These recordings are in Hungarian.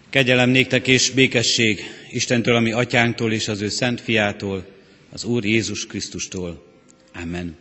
Kegyelem néktek és békesség Istentől, a mi atyánktól és az ő szent fiától, az Úr Jézus Krisztustól. Amen.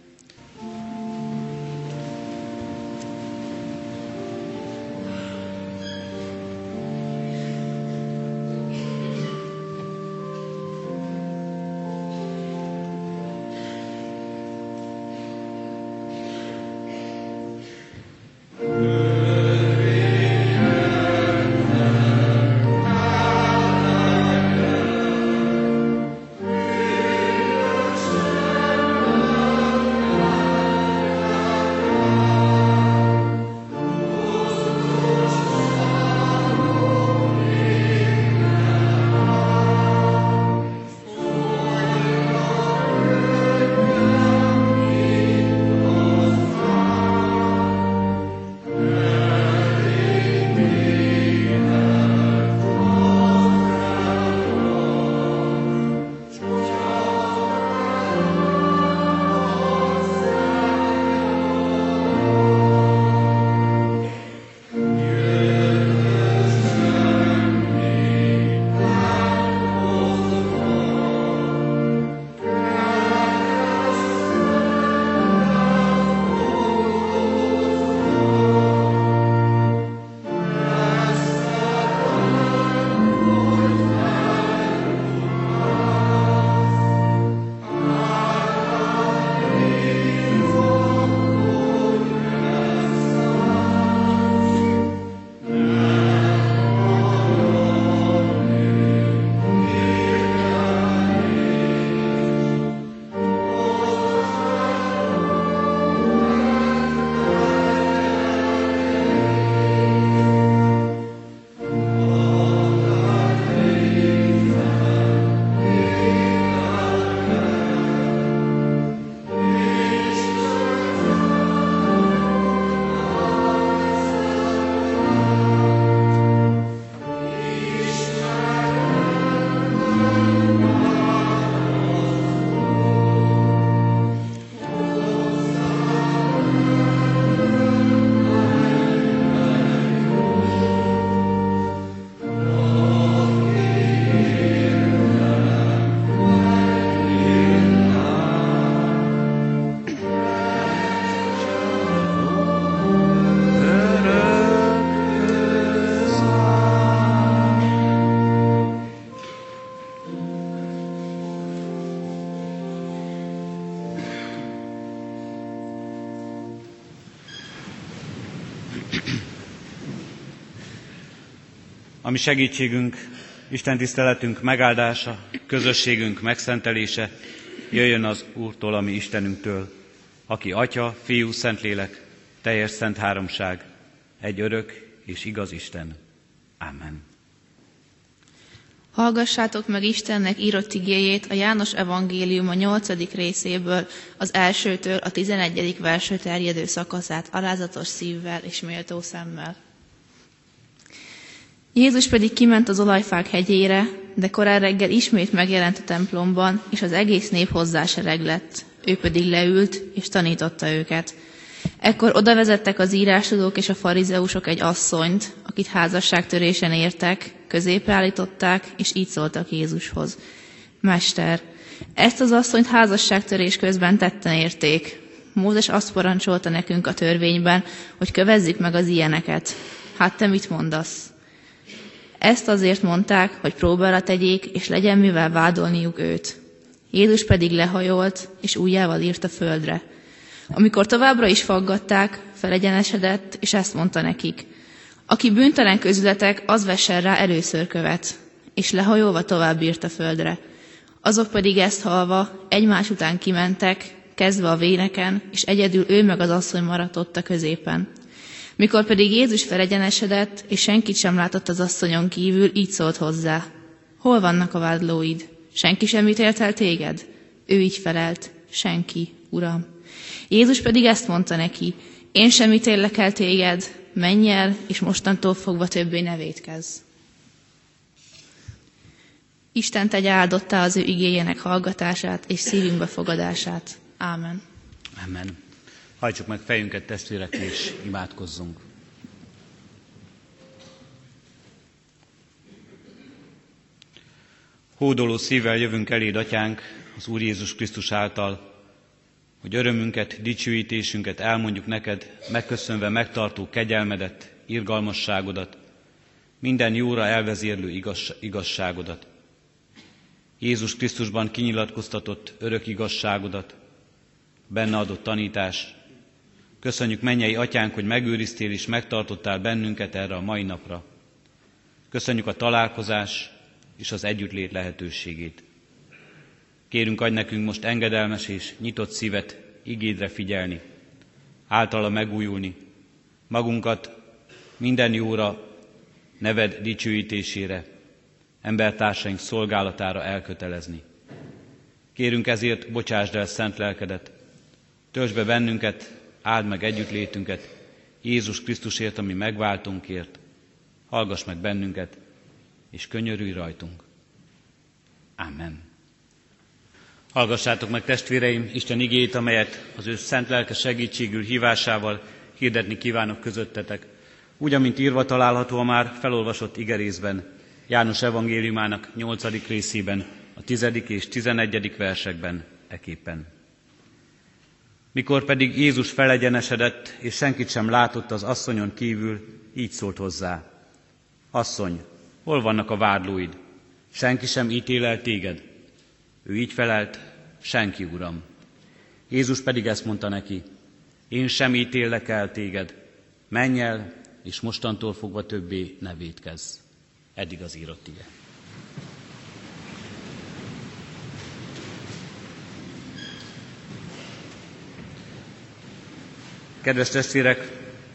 A mi segítségünk, Isten tiszteletünk megáldása, közösségünk megszentelése jöjjön az Úrtól, a mi Istenünktől, aki Atya, Fiú, Szentlélek, teljes szent háromság, egy örök és igaz Isten. Amen. Hallgassátok meg Istennek írott igéjét a János evangélium a 8. részéből, az 1-től a 11. versre terjedő szakaszát alázatos szívvel és méltó szemmel. Jézus pedig kiment az Olajfák hegyére, de korán reggel ismét megjelent a templomban, és az egész nép hozzá sereglett. Ő pedig leült, és tanította őket. Ekkor odavezettek az írástudók és a farizeusok egy asszonyt, akit házasságtörésen értek, középre állították, és így szóltak Jézushoz. Mester, ezt az asszonyt házasságtörés közben tetten érték. Mózes azt parancsolta nekünk a törvényben, hogy kövezzük meg az ilyeneket. Hát te mit mondasz? Ezt azért mondták, hogy próbára tegyék, és legyen mivel vádolniuk őt. Jézus pedig lehajolt, és ujjával írt a földre. Amikor továbbra is faggatták, felegyenesedett, és ezt mondta nekik. Aki bűntelen közületek, az vessen rá először követ, és lehajolva tovább írt a földre. Azok pedig ezt hallva egymás után kimentek, kezdve a véneken, és egyedül ő meg az asszony maradt ott a középen. Mikor pedig Jézus felegyenesedett, és senkit sem látott az asszonyon kívül, így szólt hozzá. Hol vannak a vádlóid? Senki sem ítélt el téged? Ő így felelt. Senki, Uram. Jézus pedig ezt mondta neki. Én sem ítéllek el téged, menj el, és mostantól fogva többé ne vétkezz. Isten tegye áldottá az ő igéjének hallgatását és szívünk befogadását. Ámen. Amen. Hajtsuk meg fejünket, testvérek, és imádkozzunk. Hódoló szívvel jövünk eléd, Atyánk, az Úr Jézus Krisztus által, hogy örömünket, dicsőítésünket elmondjuk neked, megköszönve megtartó kegyelmedet, irgalmasságodat, minden jóra elvezérlő igazságodat. Jézus Krisztusban kinyilatkoztatott örök igazságodat, benne adott tanítás. Köszönjük, mennyei Atyánk, hogy megőriztél és megtartottál bennünket erre a mai napra. Köszönjük a találkozás és az együttlét lehetőségét. Kérünk, adj nekünk most engedelmes és nyitott szívet igédre figyelni, általa megújulni, magunkat minden jóra, neved dicsőítésére, embertársaink szolgálatára elkötelezni. Kérünk ezért, bocsásd el szent lelkedet, töltsd be bennünket, áld meg együttlétünket, Jézus Krisztusért, ami megváltunkért, hallgass meg bennünket, és könyörülj rajtunk. Amen. Hallgassátok meg, testvéreim, Isten igéjét, amelyet az ő szent lelke segítségül hívásával hirdetni kívánok közöttetek, úgy, amint írva található a már felolvasott igerészben, János evangéliumának 8. részében, a 10. és 11. versekben eképpen. Mikor pedig Jézus felegyenesedett, és senkit sem látott az asszonyon kívül, így szólt hozzá: Asszony, hol vannak a vádlóid? Senki sem ítél el téged? Ő így felelt: senki, Uram. Jézus pedig ezt mondta neki: én sem ítéllek el téged, menj el, és mostantól fogva többé ne vétkezz. Eddig az írott ige. Kedves testvérek,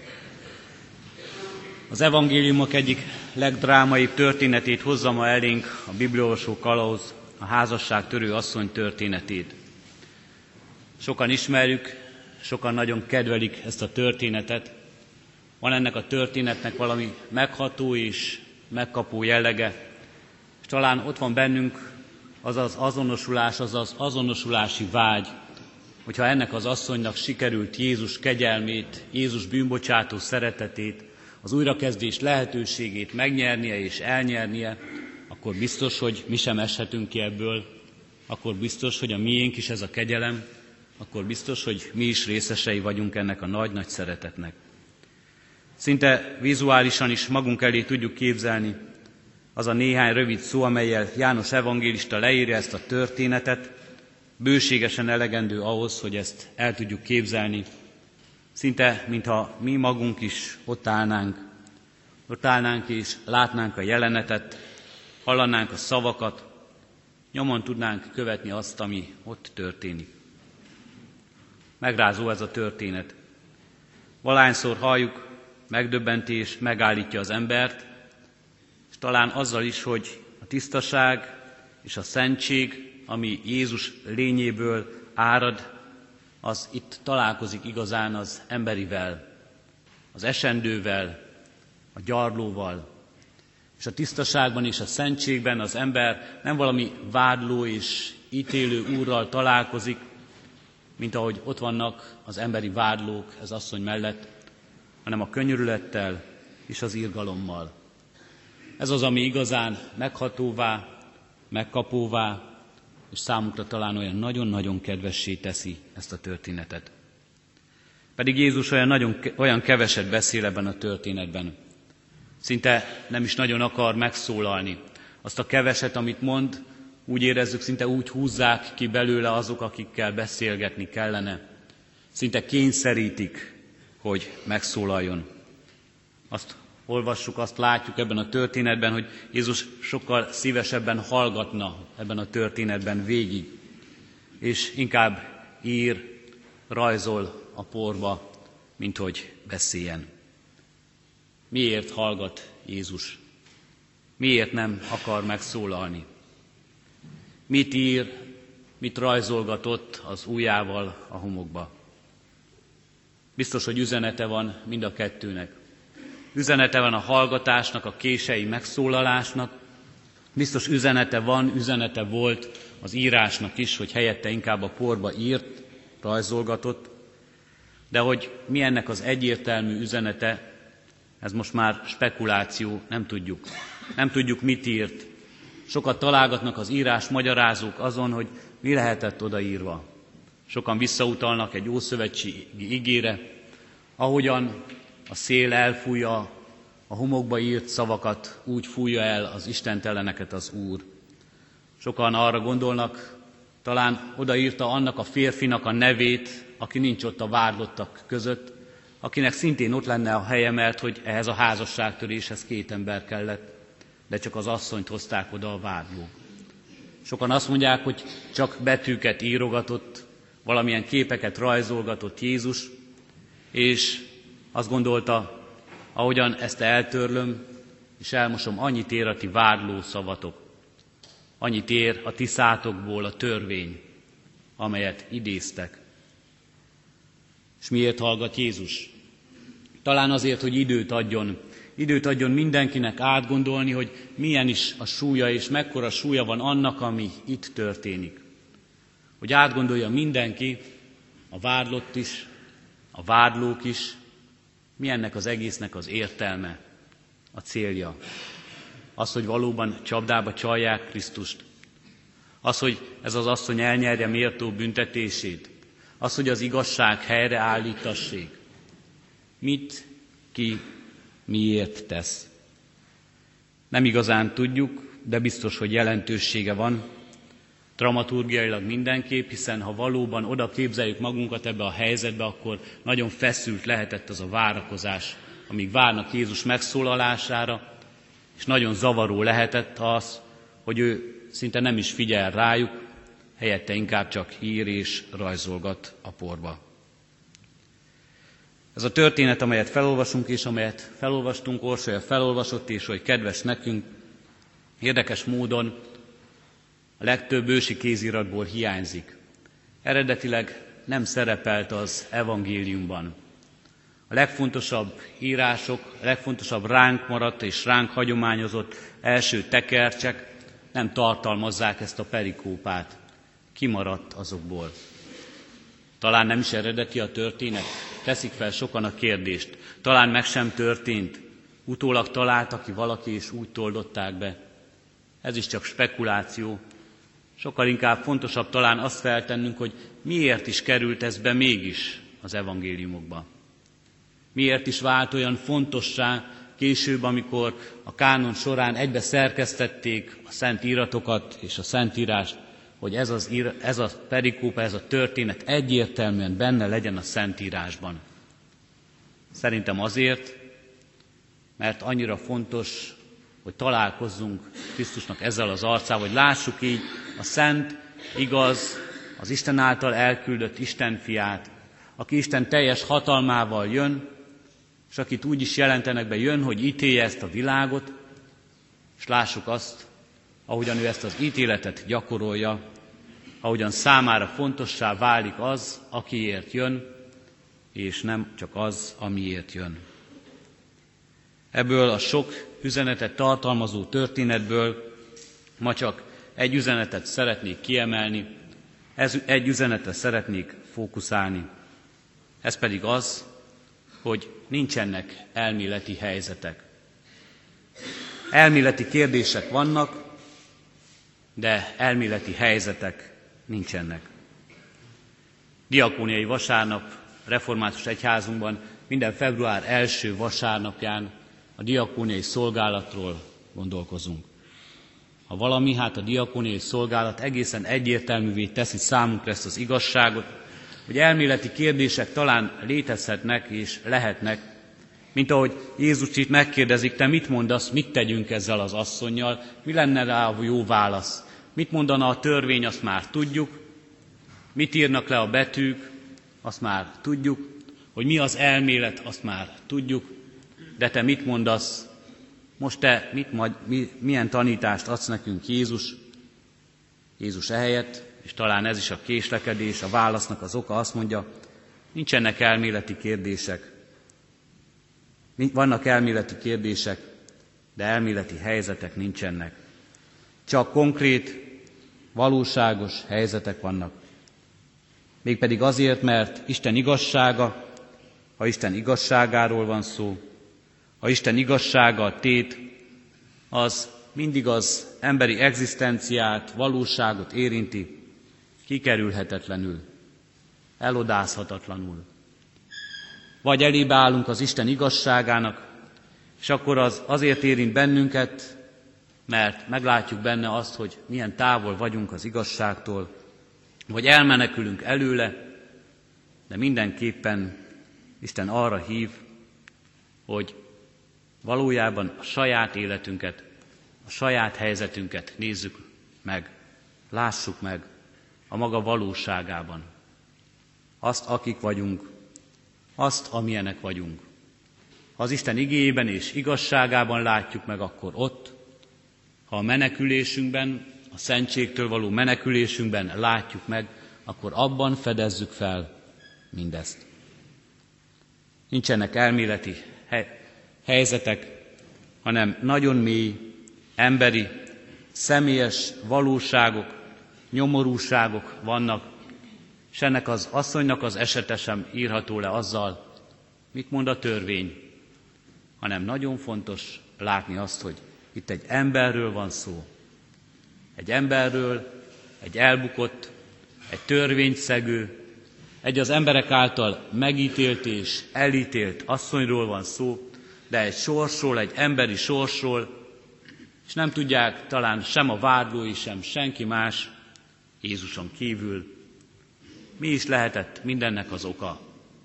az evangéliumok egyik legdrámaibb történetét hozza ma elénk a bibliaolvasó kalauz, a házasságtörő asszony történetét. Sokan ismerjük, sokan nagyon kedvelik ezt a történetet. Van ennek a történetnek valami megható és megkapó jellege, és talán ott van bennünk az az azonosulás, az az azonosulási vágy, hogyha ennek az asszonynak sikerült Jézus kegyelmét, Jézus bűnbocsátó szeretetét, az újrakezdés lehetőségét megnyernie és elnyernie, akkor biztos, hogy mi sem eshetünk ki ebből, akkor biztos, hogy a miénk is ez a kegyelem, akkor biztos, hogy mi is részesei vagyunk ennek a nagy-nagy szeretetnek. Szinte vizuálisan is magunk elé tudjuk képzelni az a néhány rövid szó, amellyel János evangélista leírja ezt a történetet, bőségesen elegendő ahhoz, hogy ezt el tudjuk képzelni. Szinte, mintha mi magunk is ott állnánk és látnánk a jelenetet, hallanánk a szavakat, nyomon tudnánk követni azt, ami ott történik. Megrázó ez a történet. Valahányszor halljuk, megdöbbenti és megállítja az embert, és talán azzal is, hogy a tisztaság és a szentség, ami Jézus lényéből árad, az itt találkozik igazán az emberivel, az esendővel, a gyarlóval. És a tisztaságban és a szentségben az ember nem valami vádló és ítélő úrral találkozik, mint ahogy ott vannak az emberi vádlók ez asszony mellett, hanem a könyörülettel és az irgalommal. Ez az, ami igazán meghatóvá, megkapóvá, és számunkra talán olyan nagyon-nagyon kedvessé teszi ezt a történetet. Pedig Jézus olyan keveset beszél ebben a történetben. Szinte nem is nagyon akar megszólalni. Azt a keveset, amit mond, úgy érezzük, szinte úgy húzzák ki belőle azok, akikkel beszélgetni kellene. Szinte kényszerítik, hogy megszólaljon. Azt olvassuk, azt látjuk ebben a történetben, hogy Jézus sokkal szívesebben hallgatna ebben a történetben végig, és inkább ír, rajzol a porba, mint hogy beszéljen. Miért hallgat Jézus? Miért nem akar megszólalni? Mit ír, mit rajzolgatott az ujjával a homokba? Biztos, hogy üzenete van mind a kettőnek. Üzenete van a hallgatásnak, a kései megszólalásnak. Biztos üzenete volt az írásnak is, hogy helyette inkább a porba írt, rajzolgatott. De hogy mi ennek az egyértelmű üzenete, ez most már spekuláció, nem tudjuk. Nem tudjuk, mit írt, sokat találgatnak az írás magyarázók azon, hogy mi lehetett odaírva. Sokan visszautalnak egy ószövetségi igére, ahogyan a szél elfújja a homokba írt szavakat, úgy fújja el az istenteleneket az Úr. Sokan arra gondolnak, talán odaírta annak a férfinak a nevét, aki nincs ott a vádlottak között, akinek szintén ott lenne a helye, mert hogy ehhez a házasságtöréshez 2 ember kellett, de csak az asszonyt hozták oda a vádlók. Sokan azt mondják, hogy csak betűket írogatott, valamilyen képeket rajzolgatott Jézus, és azt gondolta, ahogyan ezt eltörlöm, és elmosom, annyit ér a ti vádló szavatok, annyit ér a ti szátokból a törvény, amelyet idéztek. És miért hallgat Jézus? Talán azért, hogy időt adjon mindenkinek átgondolni, hogy milyen is a súlya, és mekkora súlya van annak, ami itt történik. Hogy átgondolja mindenki, a vádlott is, a vádlók is, mi ennek az egésznek az értelme, a célja. Az, hogy valóban csapdába csalják Krisztust. Az, hogy ez az asszony elnyerje méltó büntetését. Az, hogy az igazság helyreállítassék. Mit, ki, miért tesz. Nem igazán tudjuk, de biztos, hogy jelentősége van. Dramaturgiailag mindenképp, hiszen ha valóban oda képzeljük magunkat ebbe a helyzetbe, akkor nagyon feszült lehetett az a várakozás, amíg várnak Jézus megszólalására, és nagyon zavaró lehetett az, hogy ő szinte nem is figyel rájuk, helyette inkább csak ír és rajzolgat a porba. Ez a történet, amelyet felolvasunk, és amelyet felolvastunk, Orsolya felolvasott, és hogy kedves nekünk, érdekes módon a legtöbb ősi kéziratból hiányzik. Eredetileg nem szerepelt az evangéliumban. A legfontosabb írások, a legfontosabb ránk maradt és ránk hagyományozott első tekercsek nem tartalmazzák ezt a perikópát. Kimaradt azokból. Talán nem is eredeti a történet? Teszik fel sokan a kérdést. Talán meg sem történt. Utólag találta ki valaki, és úgy toldották be. Ez is csak spekuláció. Sokkal inkább fontosabb talán azt feltennünk, hogy miért is került ez be mégis az evangéliumokba. Miért is vált olyan fontossá később, amikor a kánon során egybe szerkesztették a szent íratokat és a szentírást, hogy ez a perikópa, ez a történet egyértelműen benne legyen a Szentírásban. Szerintem azért, mert annyira fontos, hogy találkozzunk Krisztusnak ezzel az arcával, hogy lássuk így a szent, igaz, az Isten által elküldött Isten fiát, aki Isten teljes hatalmával jön, és akit úgy is jelentenek be, jön, hogy ítélje ezt a világot, és lássuk azt, ahogyan ő ezt az ítéletet gyakorolja, ahogyan számára fontossá válik az, akiért jön, és nem csak az, amiért jön. Ebből a sok üzenetet tartalmazó történetből ma csak egy üzenetet szeretnék kiemelni, egy üzenetre szeretnék fókuszálni. Ez pedig az, hogy nincsenek elméleti helyzetek. Elméleti kérdések vannak, de elméleti helyzetek nincsenek. Diakóniai vasárnap református egyházunkban minden február első vasárnapján a diakóniai szolgálatról gondolkozunk. Ha valami, hát a diakóniai szolgálat egészen egyértelművé teszi számunkra ezt az igazságot, hogy elméleti kérdések talán létezhetnek és lehetnek, mint ahogy Jézus itt megkérdezik, te mit mondasz, mit tegyünk ezzel az asszonnyal, mi lenne rá a jó válasz? Mit mondana a törvény, azt már tudjuk, mit írnak le a betűk, azt már tudjuk, hogy mi az elmélet, azt már tudjuk, de te mit mondasz, most te milyen tanítást adsz nekünk Jézus? Jézus ehelyett, és talán ez is a késlekedés, a válasznak az oka, azt mondja, nincsenek elméleti kérdések. Vannak elméleti kérdések, de elméleti helyzetek nincsenek. Csak konkrét, valóságos helyzetek vannak. Mégpedig azért, mert Isten igazsága, ha Isten igazságáról van szó, ha Isten igazsága a tét, az mindig az emberi egzisztenciát, valóságot érinti, kikerülhetetlenül, elodázhatatlanul. Vagy elébe állunk az Isten igazságának, és akkor az azért érint bennünket, mert meglátjuk benne azt, hogy milyen távol vagyunk az igazságtól, vagy elmenekülünk előle, de mindenképpen Isten arra hív, hogy valójában a saját életünket, a saját helyzetünket nézzük meg, lássuk meg a maga valóságában. Azt, akik vagyunk, azt, amilyenek vagyunk. Ha az Isten igéjében és igazságában látjuk meg, akkor ott, ha a menekülésünkben, a szentségtől való menekülésünkben látjuk meg, akkor abban fedezzük fel mindezt. Nincsenek elméleti helyzetek, hanem nagyon mély, emberi, személyes valóságok, nyomorúságok vannak, és ennek az asszonynak az esete sem írható le azzal, mit mond a törvény, hanem nagyon fontos látni azt, hogy itt egy emberről van szó. Egy emberről, egy elbukott, egy törvényszegő, egy az emberek által megítélt és elítélt asszonyról van szó, de egy sorsról, egy emberi sorsról, és nem tudják talán sem a vádlói, sem senki más, Jézuson kívül, mi is lehetett mindennek az oka.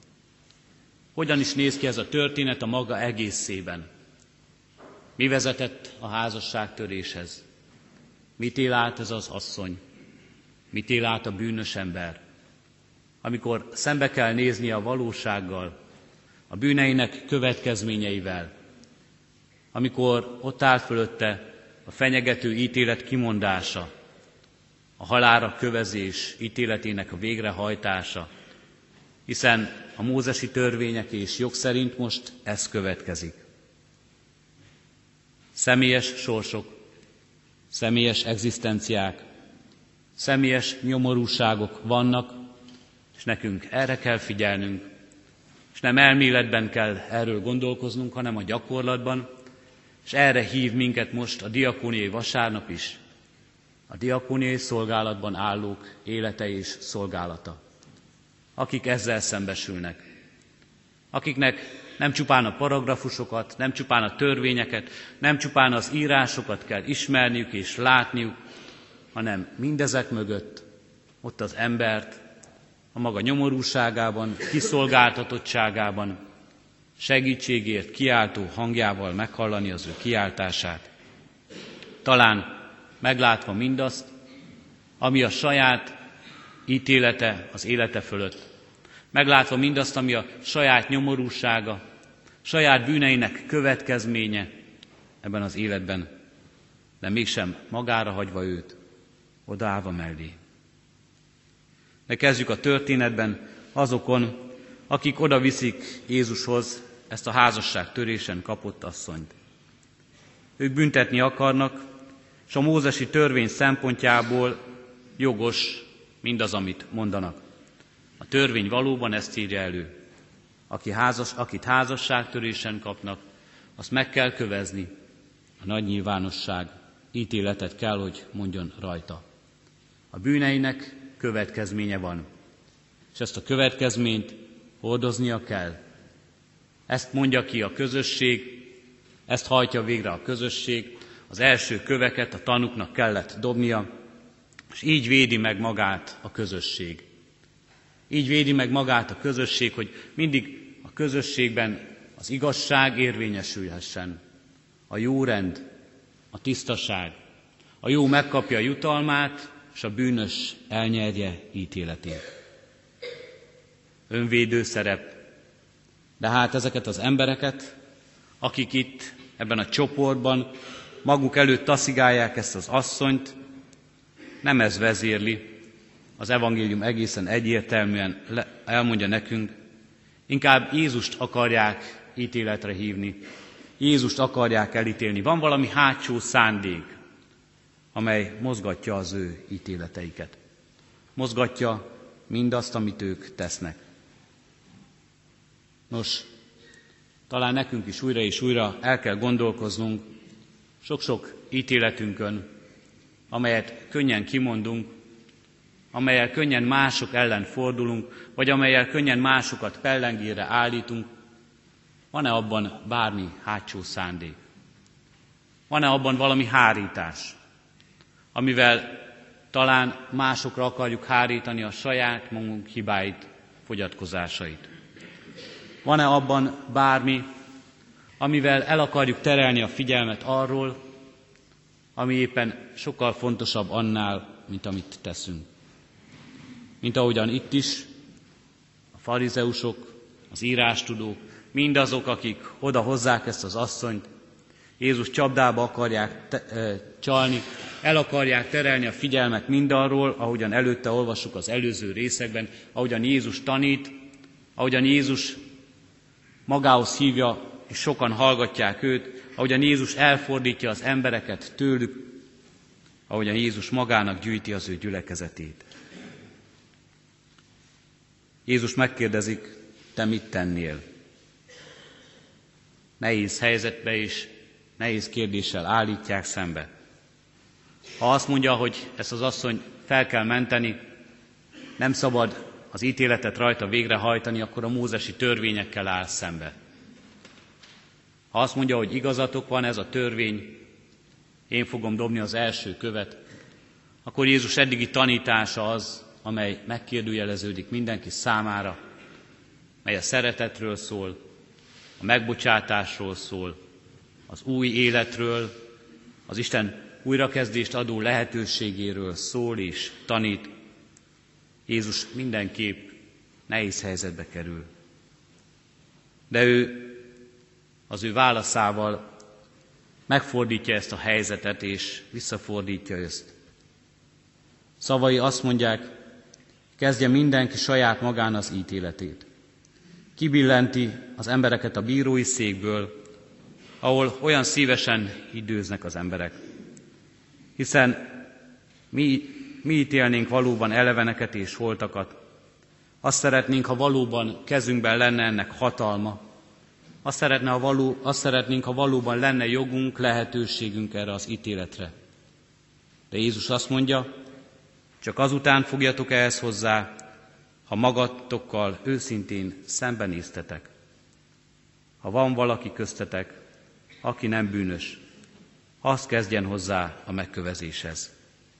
Hogyan is néz ki ez a történet a maga egészében? Mi vezetett a házasságtöréshez? Mit él át ez az asszony? Mit él át a bűnös ember? Amikor szembe kell nézni a valósággal, a bűneinek következményeivel, amikor ott áll fölötte a fenyegető ítélet kimondása, a halálra kövezés ítéletének a végrehajtása, hiszen a mózesi törvények és jog szerint most ez következik. Személyes sorsok, személyes egzisztenciák, személyes nyomorúságok vannak, és nekünk erre kell figyelnünk, és nem elméletben kell erről gondolkoznunk, hanem a gyakorlatban, és erre hív minket most a diakóniai vasárnap is, a diakóniai szolgálatban állók élete és szolgálata, akik ezzel szembesülnek, akiknek nem csupán a paragrafusokat, nem csupán a törvényeket, nem csupán az írásokat kell ismerniük és látniuk, hanem mindezek mögött ott az embert a maga nyomorúságában, kiszolgáltatottságában, segítségért kiáltó hangjával meghallani az ő kiáltását. Talán meglátva mindazt, ami a saját ítélete az élete fölött, meglátva mindazt, ami a saját nyomorúsága, saját bűneinek következménye ebben az életben, de mégsem magára hagyva őt, odaállva mellé. De kezdjük a történetben azokon, akik oda viszik Jézushoz ezt a házasságtörésen kapott asszonyt. Ők büntetni akarnak, és a mózesi törvény szempontjából jogos mindaz, amit mondanak. A törvény valóban ezt írja elő. Akit házasságtörésen kapnak, azt meg kell kövezni. A nagy nyilvánosság ítéletet kell, hogy mondjon rajta. A bűneinek következménye van, és ezt a következményt hordoznia kell. Ezt mondja ki a közösség, ezt hajtja végre a közösség, az első köveket a tanúknak kellett dobnia, és így védi meg magát a közösség. Így védi meg magát a közösség, hogy mindig a közösségben az igazság érvényesülhessen, a jó rend, a tisztaság, a jó megkapja a jutalmát, és a bűnös elnyerje ítéletét. Önvédő szerep. De hát ezeket az embereket, akik itt ebben a csoportban maguk előtt taszigálják ezt az asszonyt, nem ez vezérli. Az evangélium egészen egyértelműen elmondja nekünk, inkább Jézust akarják ítéletre hívni, Jézust akarják elítélni. Van valami hátsó szándék, amely mozgatja az ő ítéleteiket. Mozgatja mindazt, amit ők tesznek. Nos, talán nekünk is újra és újra el kell gondolkoznunk, Sok-sok ítéletünkön, amelyet könnyen kimondunk, amellyel könnyen mások ellen fordulunk, vagy amellyel könnyen másokat pellengérre állítunk, van-e abban bármi hátsó szándék? Van-e abban valami hárítás, amivel talán másokra akarjuk hárítani a saját magunk hibáit, fogyatkozásait? Van-e abban bármi, amivel el akarjuk terelni a figyelmet arról, ami éppen sokkal fontosabb annál, mint amit teszünk? Mint ahogyan itt is a farizeusok, az írástudók, mindazok, akik oda hozzák ezt az asszonyt, Jézus csapdába akarják csalni, el akarják terelni a figyelmet mindarról, ahogyan előtte olvassuk az előző részekben, ahogyan Jézus tanít, ahogyan Jézus magához hívja, és sokan hallgatják őt, ahogyan Jézus elfordítja az embereket tőlük, ahogyan Jézus magának gyűjti az ő gyülekezetét. Jézus megkérdezik, te mit tennél? Nehéz helyzetbe és nehéz kérdéssel állítják szembe. Ha azt mondja, hogy ezt az asszony fel kell menteni, nem szabad az ítéletet rajta végrehajtani, akkor a mózesi törvényekkel áll szembe. Ha azt mondja, hogy igazatok van, ez a törvény, én fogom dobni az első követ, akkor Jézus eddigi tanítása az, amely megkérdőjeleződik mindenki számára, mely a szeretetről szól, a megbocsátásról szól, az új életről, az Isten újrakezdést adó lehetőségéről szól és tanít. Jézus mindenképp nehéz helyzetbe kerül. De ő az ő válaszával megfordítja ezt a helyzetet és visszafordítja ezt. Szavai azt mondják, kezdje mindenki saját magán az ítéletét. Kibillenti az embereket a bírói székből, ahol olyan szívesen időznek az emberek. Hiszen mi ítélnénk valóban eleveneket és holtakat. Azt szeretnénk, ha valóban kezünkben lenne ennek hatalma. Azt szeretnénk, ha valóban lenne jogunk, lehetőségünk erre az ítéletre. De Jézus azt mondja, csak azután fogjatok ehhez hozzá, ha magatokkal őszintén szembenéztetek. Ha van valaki köztetek, aki nem bűnös, az kezdjen hozzá a megkövezéshez.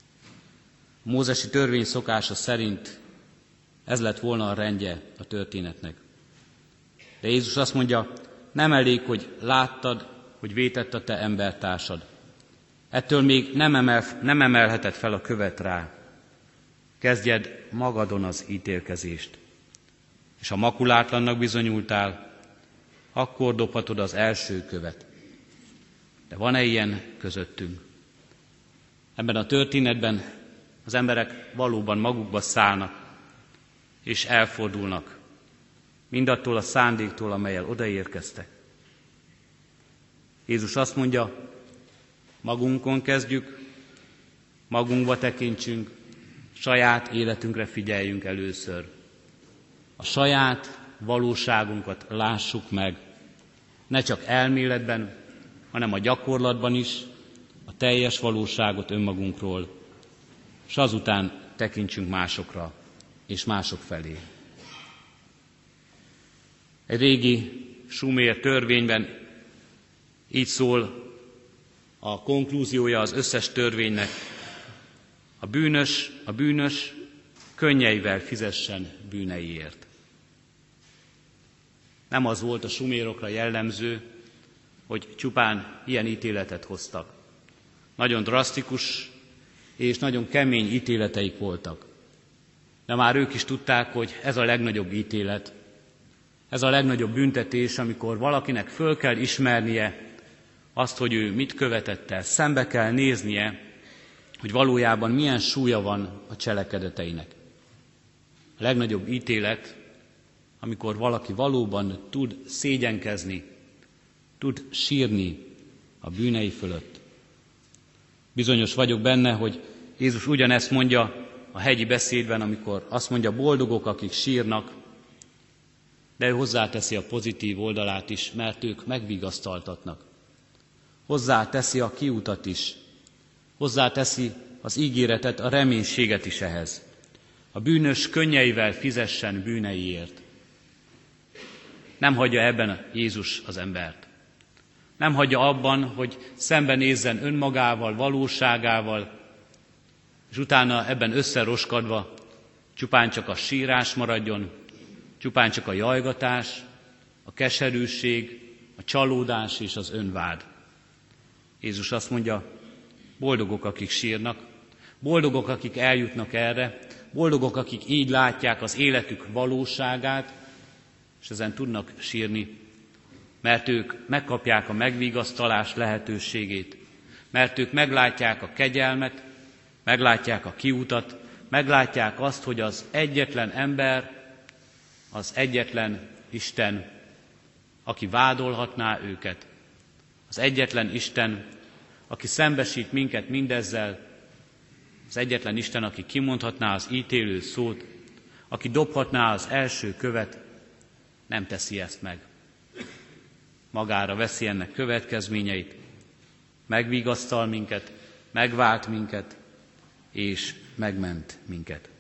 A mózesi törvény szokása szerint ez lett volna a rendje a történetnek. De Jézus azt mondja, nem elég, hogy láttad, hogy vétett a te embertársad. Ettől még nem emelheted fel a követ rá. Kezdjed magadon az ítélkezést. És ha makulátlannak bizonyultál, akkor dobhatod az első követ. De van-e ilyen közöttünk? Ebben a történetben az emberek valóban magukba szállnak, és elfordulnak mindattól a szándéktól, amellyel odaérkeztek. Jézus azt mondja, magunkon kezdjük, magunkba tekintsünk, saját életünkre figyeljünk először. A saját valóságunkat lássuk meg, ne csak elméletben, hanem a gyakorlatban is, a teljes valóságot önmagunkról, és azután tekintsünk másokra és mások felé. Egy régi sumér törvényben így szól a konklúziója az összes törvénynek. A bűnös könnyeivel fizessen bűneiért. Nem az volt a sumérokra jellemző, hogy csupán ilyen ítéletet hoztak. Nagyon drasztikus és nagyon kemény ítéleteik voltak. De már ők is tudták, hogy ez a legnagyobb ítélet, ez a legnagyobb büntetés, amikor valakinek föl kell ismernie azt, hogy ő mit követett el, szembe kell néznie, hogy valójában milyen súlya van a cselekedeteinek. A legnagyobb ítélet, amikor valaki valóban tud szégyenkezni, tud sírni a bűnei fölött. Bizonyos vagyok benne, hogy Jézus ugyanezt mondja a hegyi beszédben, amikor azt mondja, boldogok, akik sírnak, de ő hozzáteszi a pozitív oldalát is, mert ők megvigasztaltatnak. hozzáteszi a kiutat is, hozzáteszi az ígéretet, a reménységet is ehhez. A bűnös könnyeivel fizessen bűneiért. Nem hagyja ebben Jézus az embert. Nem hagyja abban, hogy szembenézzen önmagával, valóságával, és utána ebben összeroskadva csupán csak a sírás maradjon, csupán csak a jajgatás, a keserűség, a csalódás és az önvád. Jézus azt mondja, boldogok, akik sírnak, boldogok, akik eljutnak erre, boldogok, akik így látják az életük valóságát, és ezen tudnak sírni, mert ők megkapják a megvigasztalás lehetőségét, mert ők meglátják a kegyelmet, meglátják a kiutat, meglátják azt, hogy az egyetlen ember, az egyetlen Isten, aki vádolhatná őket, az egyetlen Isten, aki szembesít minket mindezzel, az egyetlen Isten, aki kimondhatná az ítélő szót, aki dobhatná az első követ, nem teszi ezt meg. Magára veszi ennek következményeit, megvigasztal minket, megvált minket, és megment minket.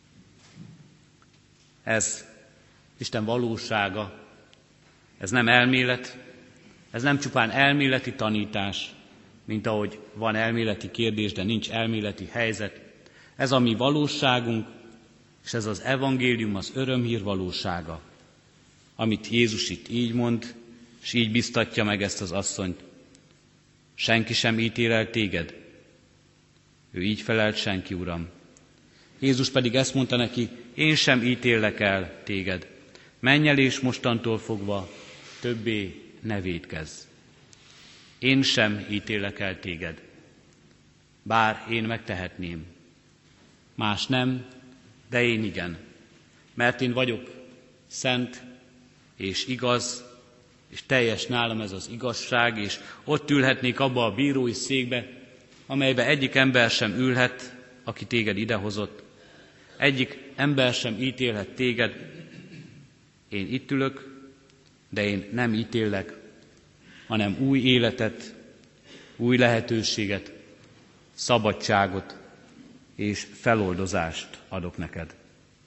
Ez Isten valósága, ez nem elmélet, ez nem csupán elméleti tanítás, mint ahogy van elméleti kérdés, de nincs elméleti helyzet. Ez a mi valóságunk, és ez az evangélium, az örömhír valósága, amit Jézus itt így mond, és így biztatja meg ezt az asszonyt. Senki sem ítél el téged. Ő így felelt, senki, Uram. Jézus pedig ezt mondta neki, én sem ítélek el téged. Menj el, és mostantól fogva többé ne vétkezz. Én sem ítélek el téged, bár én megtehetném. Más nem, de én igen, mert én vagyok szent és igaz, és teljes nálam ez az igazság, és ott ülhetnék abba a bírói székbe, amelybe egyik ember sem ülhet, aki téged idehozott. Egyik ember sem ítélhet téged. Én itt ülök, de én nem ítélek, hanem új életet, új lehetőséget, szabadságot és feloldozást adok neked.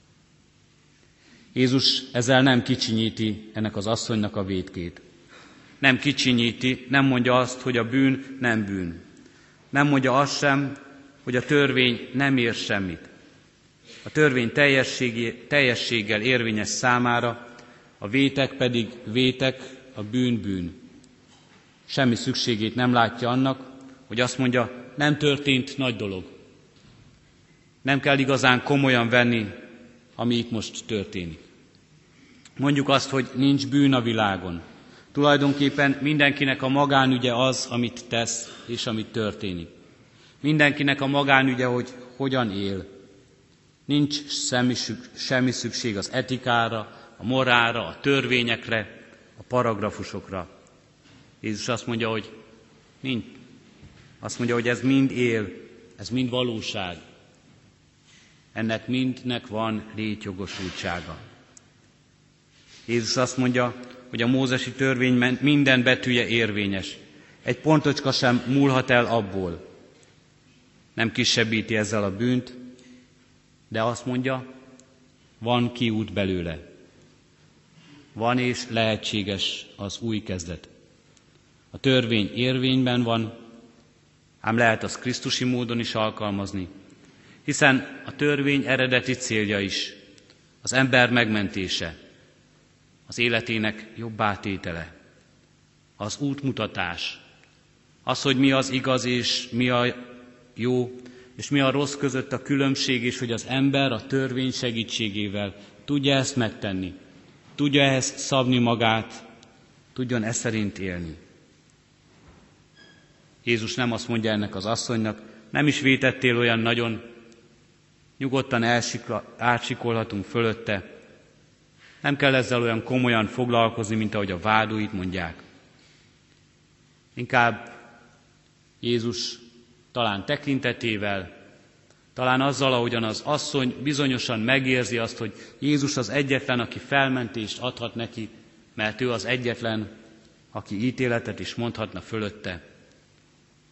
Jézus ezzel nem kicsinyíti ennek az asszonynak a vétkét. Nem kicsinyíti, nem mondja azt, hogy a bűn nem bűn. Nem mondja azt sem, hogy a törvény nem ér semmit. A törvény teljességgel érvényes számára, a vétek pedig vétek, a bűn bűn. Semmi szükségét nem látja annak, hogy azt mondja, nem történt nagy dolog. Nem kell igazán komolyan venni, ami itt most történik. Mondjuk azt, hogy nincs bűn a világon. Tulajdonképpen mindenkinek a magánügye az, amit tesz és amit történik. Mindenkinek a magánügye, hogy hogyan él. Nincs semmi szükség az etikára, a morálra, a törvényekre, a paragrafusokra. Jézus azt mondja, hogy nincs. Azt mondja, hogy ez mind él, ez mind valóság. Ennek mindnek van létjogosultsága. Jézus azt mondja, hogy a mózesi törvény minden betűje érvényes. Egy pontocska sem múlhat el abból. Nem kisebbíti ezzel a bűnt, de azt mondja, van kiút belőle. Van és lehetséges az új kezdet. A törvény érvényben van, ám lehet azt krisztusi módon is alkalmazni, hiszen a törvény eredeti célja is az ember megmentése, az életének jobbátétele, az útmutatás, az, hogy mi az igaz és mi a jó, és mi a rossz között a különbség, és hogy az ember a törvény segítségével tudja ezt megtenni, tudja ehhez szabni magát, tudjon e szerint élni. Jézus nem azt mondja ennek az asszonynak, nem is vétettél olyan nagyon, nyugodtan átsikolhatunk fölötte, nem kell ezzel olyan komolyan foglalkozni, mint ahogy a vádóit mondják. Inkább Jézus talán tekintetével, talán azzal, ahogyan az asszony bizonyosan megérzi azt, hogy Jézus az egyetlen, aki felmentést adhat neki, mert ő az egyetlen, aki ítéletet is mondhatna fölötte.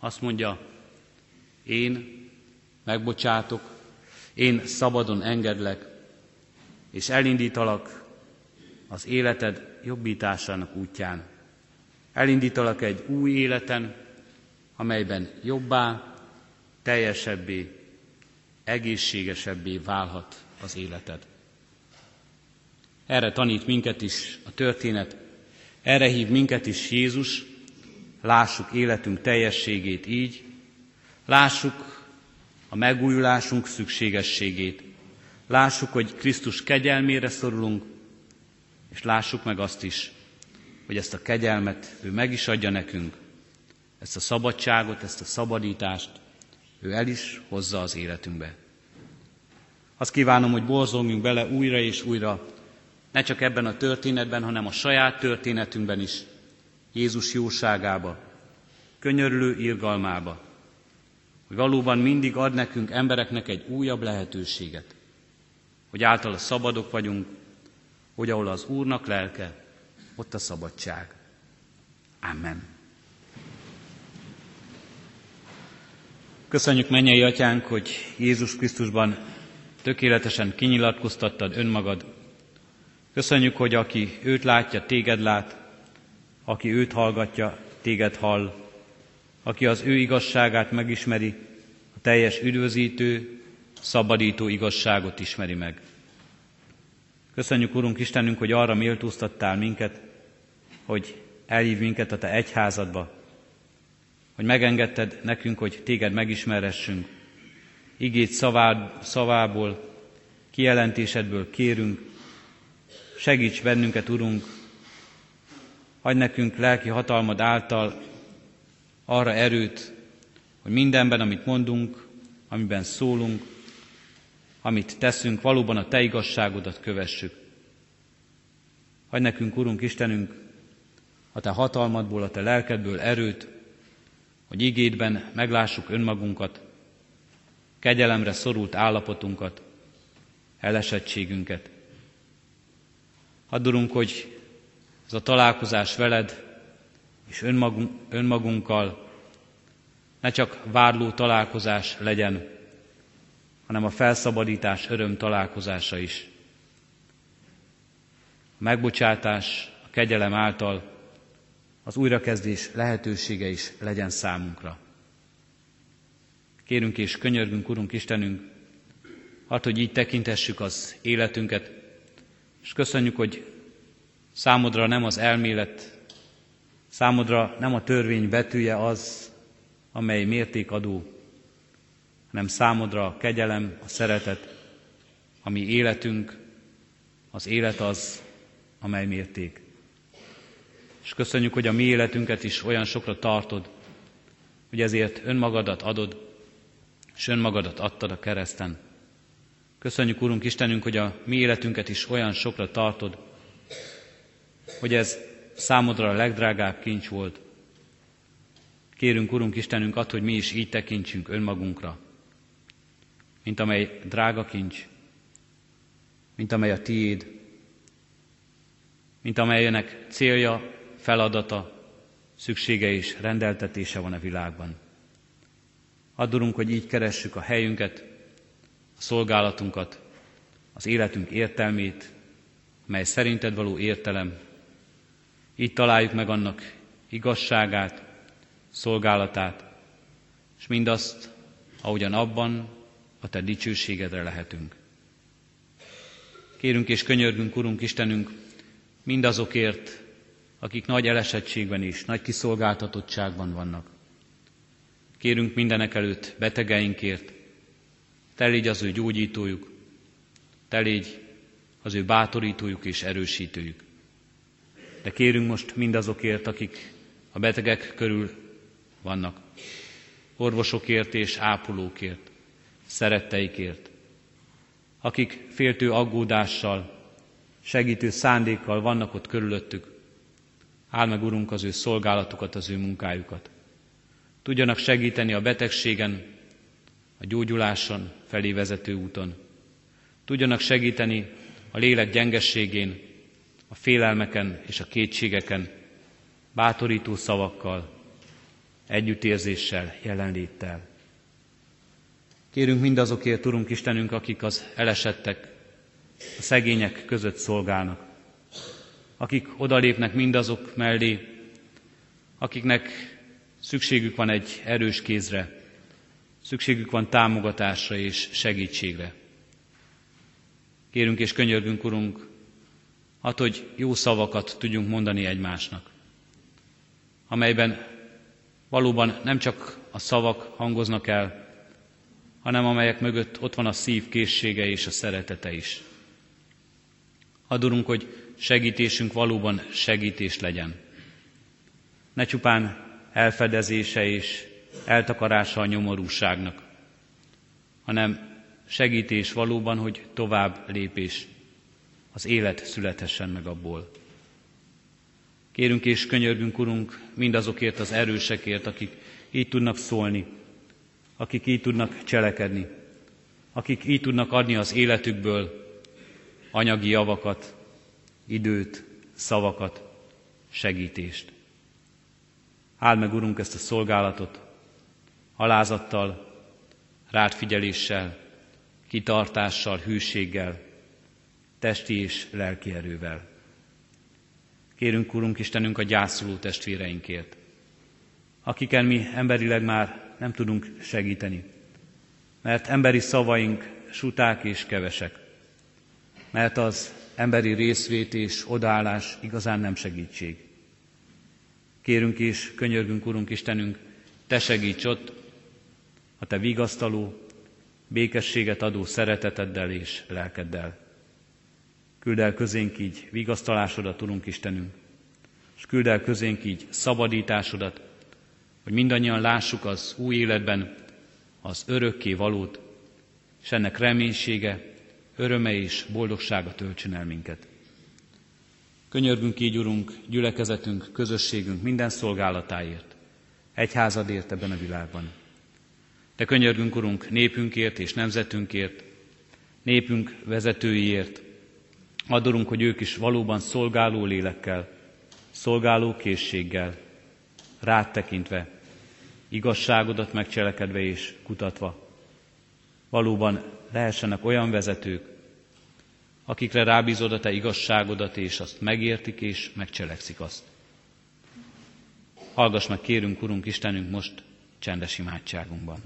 Azt mondja, én megbocsátok, én szabadon engedlek, és elindítalak az életed jobbításának útján. Elindítalak egy új életen, amelyben jobbá, teljesebbé, egészségesebbé válhat az életed. Erre tanít minket is a történet, erre hív minket is Jézus, lássuk életünk teljességét így, lássuk a megújulásunk szükségességét, lássuk, hogy Krisztus kegyelmére szorulunk, és lássuk meg azt is, hogy ezt a kegyelmet ő meg is adja nekünk, ezt a szabadságot, ezt a szabadítást ő el is hozza az életünkbe. Azt kívánom, hogy borzongjunk bele újra és újra, ne csak ebben a történetben, hanem a saját történetünkben is, Jézus jóságába, könyörülő irgalmába, hogy valóban mindig ad nekünk, embereknek egy újabb lehetőséget, hogy általa szabadok vagyunk, hogy ahol az Úrnak lelke, ott a szabadság. Amen. Köszönjük, mennyei Atyánk, hogy Jézus Krisztusban tökéletesen kinyilatkoztattad önmagad. Köszönjük, hogy aki őt látja, téged lát, aki őt hallgatja, téged hall, aki az ő igazságát megismeri, a teljes üdvözítő, szabadító igazságot ismeri meg. Köszönjük, Urunk Istenünk, hogy arra méltóztattál minket, hogy elhív minket a te egyházadba, hogy megengedted nekünk, hogy téged megismerhessünk. Igéd szavából, kijelentésedből kérünk, segíts bennünket, Urunk, adj nekünk lelki hatalmad által arra erőt, hogy mindenben, amit mondunk, amiben szólunk, amit teszünk, valóban a te igazságodat kövessük. Adj nekünk, Urunk Istenünk, a te hatalmadból, a te lelkedből erőt, hogy igédben meglássuk önmagunkat, kegyelemre szorult állapotunkat, elesettségünket. Add, Urunk, hogy ez a találkozás veled és önmagunkkal ne csak vádló találkozás legyen, hanem a felszabadítás öröm találkozása is. A megbocsátás, a kegyelem által az újrakezdés lehetősége is legyen számunkra. Kérünk és könyörgünk, Urunk Istenünk, add, hogy így tekintessük az életünket, és köszönjük, hogy számodra nem az elmélet, számodra nem a törvény betűje az, amely mértékadó, hanem számodra a kegyelem, a szeretet, a mi életünk, az élet az, amely mérték. És köszönjük, hogy a mi életünket is olyan sokra tartod, hogy ezért önmagadat adod, és önmagadat adtad a kereszten. Köszönjük, Urunk Istenünk, hogy a mi életünket is olyan sokra tartod, hogy ez számodra a legdrágább kincs volt. Kérünk, Urunk Istenünk, add, hogy mi is így tekintsünk önmagunkra, mint amely drága kincs, mint amely a tiéd, mint amelynek célja, feladata, szüksége és rendeltetése van a világban. Add, Urunk, hogy így keressük a helyünket, a szolgálatunkat, az életünk értelmét, mely szerinted való értelem. Így találjuk meg annak igazságát, szolgálatát, és mindazt, ahogyan abban a te dicsőségedre lehetünk. Kérünk és könyörgünk, Urunk Istenünk, mindazokért, akik nagy elesettségben és nagy kiszolgáltatottságban vannak. Kérünk mindenek előtt betegeinkért, te légy az ő gyógyítójuk, te légy az ő bátorítójuk és erősítőjük. De kérünk most mindazokért, akik a betegek körül vannak, orvosokért és ápolókért, szeretteikért, akik féltő aggódással, segítő szándékkal vannak ott körülöttük. Áld meg, Urunk, az ő szolgálatukat, az ő munkájukat. Tudjanak segíteni a betegségen, a gyógyuláson felé vezető úton. Tudjanak segíteni a lélek gyengességén, a félelmeken és a kétségeken, bátorító szavakkal, együttérzéssel, jelenléttel. Kérünk mindazokért, Urunk Istenünk, akik az elesettek, a szegények között szolgálnak, akik odalépnek mindazok mellé, akiknek szükségük van egy erős kézre, szükségük van támogatásra és segítségre. Kérünk és könyörgünk, Urunk, hogy jó szavakat tudjunk mondani egymásnak, amelyben valóban nem csak a szavak hangoznak el, hanem amelyek mögött ott van a szív készsége és a szeretete is. Add, Urunk, hogy segítésünk valóban segítés legyen. Ne csupán elfedezése és eltakarása a nyomorúságnak, hanem segítés valóban, hogy tovább lépés, az élet születhessen meg abból. Kérünk és könyörgünk, Urunk, mindazokért az erősekért, akik így tudnak szólni, akik így tudnak cselekedni, akik így tudnak adni az életükből anyagi javakat, időt, szavakat, segítést. Áld meg, Urunk, ezt a szolgálatot alázattal, rád figyeléssel, kitartással, hűséggel, testi és lelki erővel. Kérünk, Urunk Istenünk, a gyászoló testvéreinkért, akiken mi emberileg már nem tudunk segíteni, mert emberi szavaink suták és kevesek, mert az emberi részvét és odaállás igazán nem segítség. Kérünk és könyörgünk, Urunk Istenünk, Te segíts ott a Te vigasztaló, békességet adó szereteteddel és lelkeddel. Küld el közénk így vigasztalásodat, Urunk Istenünk, és küld el közénk így szabadításodat, hogy mindannyian lássuk az új életben az örökké valót, és ennek reménysége, öröme és boldogsága töltsön el minket. Könyörgünk így, Urunk, gyülekezetünk, közösségünk minden szolgálatáért, egyházadért ebben a világban. De könyörgünk, Urunk, népünkért és nemzetünkért, népünk vezetőiért. Add, Urunk, hogy ők is valóban szolgáló lélekkel, szolgáló készséggel, rád tekintve, igazságodat megcselekedve és kutatva, valóban lehessenek olyan vezetők, akikre rábízod a Te igazságodat, és azt megértik és megcselekszik azt. Hallgass meg, kérünk, Urunk Istenünk, most csendes imádságunkban.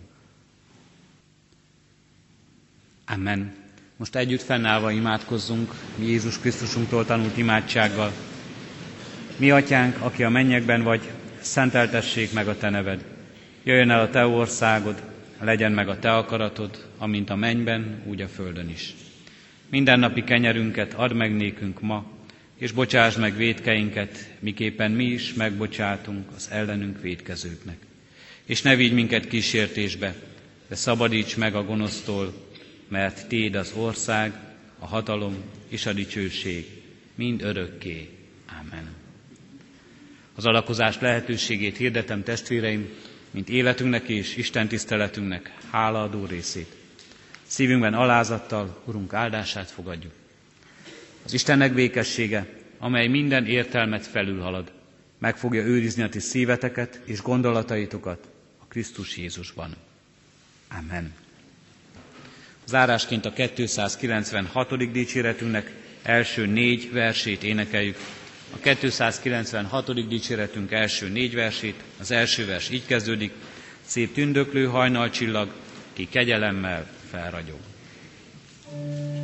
Amen. Most együtt fennállva imádkozzunk mi Jézus Krisztusunktól tanult imádsággal. Mi Atyánk, aki a mennyekben vagy, szenteltessék meg a Te neved. Jöjjön el a Te országod, legyen meg a Te akaratod, amint a mennyben, úgy a földön is. Mindennapi kenyerünket add meg nékünk ma, és bocsásd meg vétkeinket, miképpen mi is megbocsátunk az ellenünk vétkezőknek. És ne vigy minket kísértésbe, de szabadíts meg a gonosztól, mert Téd az ország, a hatalom és a dicsőség mind örökké. Amen. Az adakozás lehetőségét hirdetem, testvéreim, mint életünknek és Isten tiszteletünknek hálaadó részét. Szívünkben alázattal Urunk áldását fogadjuk. Az Istennek békessége, amely minden értelmet felülhalad, meg fogja őrizni a ti szíveteket és gondolataitokat a Krisztus Jézusban. Amen. Zárásként a 296. dicséretünknek első 4 versét énekeljük. A 296. dicséretünk első 4 versét, az első vers így kezdődik: szép tündöklő hajnalcsillag, ki kegyelemmel felragyog.